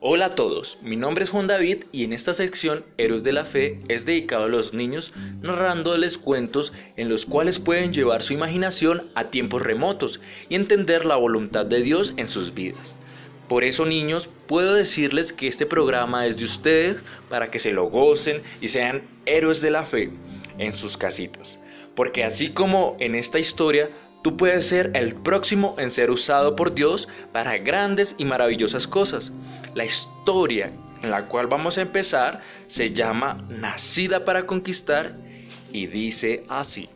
Hola a todos, mi nombre es Juan David y en esta sección Héroes de la Fe es dedicado a los niños narrándoles cuentos en los cuales pueden llevar su imaginación a tiempos remotos y entender la voluntad de Dios en sus vidas. Por eso, niños, puedo decirles que este programa es de ustedes para que se lo gocen y sean héroes de la fe en sus casitas. Porque así como en esta historia, tú puedes ser el próximo en ser usado por Dios para grandes y maravillosas cosas. La historia en la cual vamos a empezar se llama Nacida para Conquistar y dice así.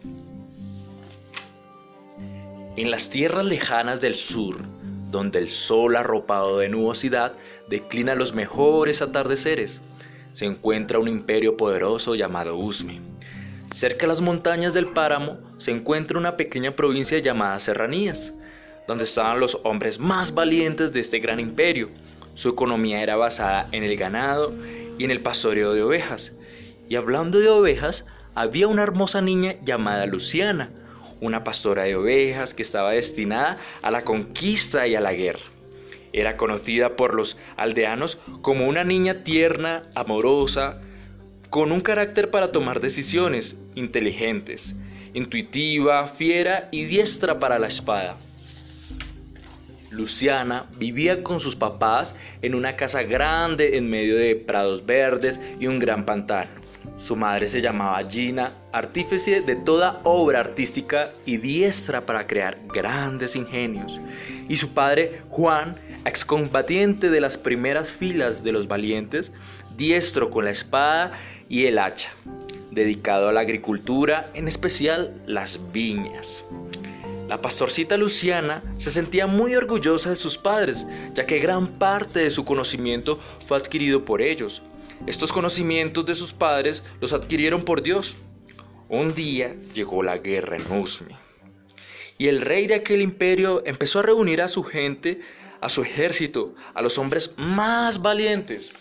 En las tierras lejanas del sur, donde el sol arropado de nubosidad declina los mejores atardeceres, se encuentra un imperio poderoso llamado Usme. Cerca de las montañas del páramo se encuentra una pequeña provincia llamada Serranías, donde estaban los hombres más valientes de este gran imperio. Su economía era basada en el ganado y en el pastoreo de ovejas. Y hablando de ovejas, había una hermosa niña llamada Luciana, una pastora de ovejas que estaba destinada a la conquista y a la guerra. Era conocida por los aldeanos como una niña tierna, amorosa, con un carácter para tomar decisiones, inteligentes, intuitiva, fiera y diestra para la espada. Luciana vivía con sus papás en una casa grande en medio de prados verdes y un gran pantano. Su madre se llamaba Gina, artífice de toda obra artística y diestra para crear grandes ingenios. Y su padre, Juan, excombatiente de las primeras filas de los valientes, diestro con la espada y el hacha, dedicado a la agricultura, en especial las viñas. La pastorcita Luciana se sentía muy orgullosa de sus padres, ya que gran parte de su conocimiento fue adquirido por ellos. Estos conocimientos de sus padres los adquirieron por Dios. Un día llegó la guerra en Usme, y el rey de aquel imperio empezó a reunir a su gente, a su ejército, a los hombres más valientes.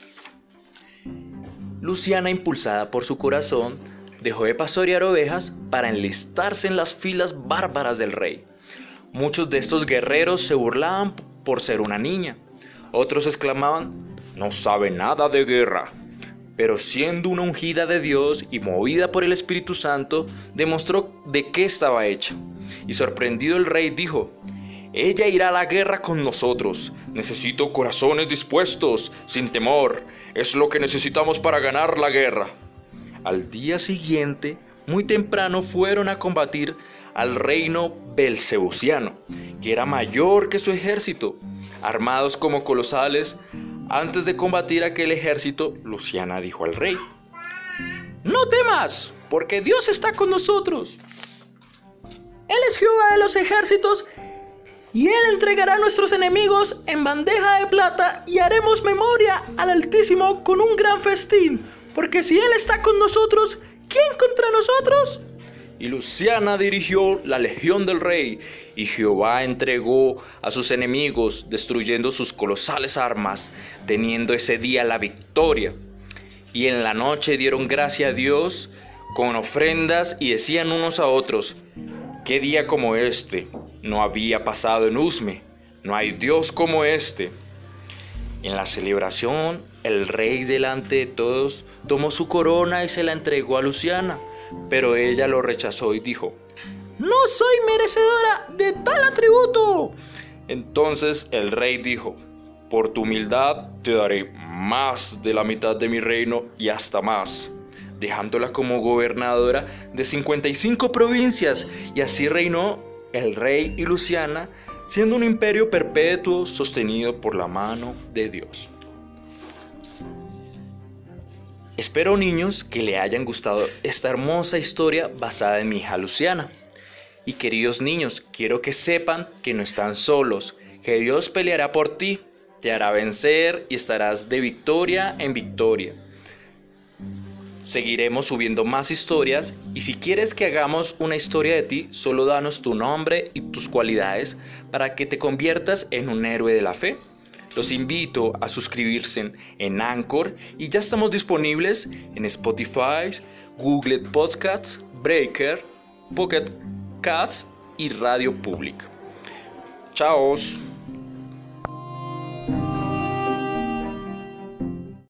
Luciana, impulsada por su corazón, dejó de pastorear ovejas para enlistarse en las filas bárbaras del rey. Muchos de estos guerreros se burlaban por ser una niña. Otros exclamaban: "No sabe nada de guerra". Pero siendo una ungida de Dios y movida por el Espíritu Santo, demostró de qué estaba hecha. Y sorprendido el rey dijo: "Ella irá a la guerra con nosotros. Necesito corazones dispuestos, sin temor. Es lo que necesitamos para ganar la guerra". Al día siguiente, muy temprano, fueron a combatir al reino belzebuciano, que era mayor que su ejército. Armados como colosales, antes de combatir aquel ejército, Luciana dijo al rey: "No temas, porque Dios está con nosotros. Él es Jehová de los ejércitos, y Él entregará a nuestros enemigos en bandeja de plata, y haremos memoria al Altísimo con un gran festín, porque si Él está con nosotros, ¿quién contra nosotros?". Y Luciana dirigió la legión del rey, y Jehová entregó a sus enemigos, destruyendo sus colosales armas, teniendo ese día la victoria. Y en la noche dieron gracia a Dios con ofrendas y decían unos a otros: "¿Qué día como este no había pasado en Usme? No hay Dios como este". En la celebración, el rey delante de todos tomó su corona y se la entregó a Luciana, pero ella lo rechazó y dijo: "No soy merecedora de tal atributo". Entonces el rey dijo: "Por tu humildad te daré más de la mitad de mi reino y hasta más", dejándola como gobernadora de 55 provincias, y así reinó el rey y Luciana, siendo un imperio perpetuo sostenido por la mano de Dios. Espero, niños, que le hayan gustado esta hermosa historia basada en mi hija Luciana. Y queridos niños, quiero que sepan que no están solos, que Dios peleará por ti, te hará vencer y estarás de victoria en victoria. Seguiremos subiendo más historias, y si quieres que hagamos una historia de ti, solo danos tu nombre y tus cualidades para que te conviertas en un héroe de la fe. Los invito a suscribirse en Anchor, y ya estamos disponibles en Spotify, Google Podcasts, Breaker, Pocket Casts y Radio Public. ¡Chao!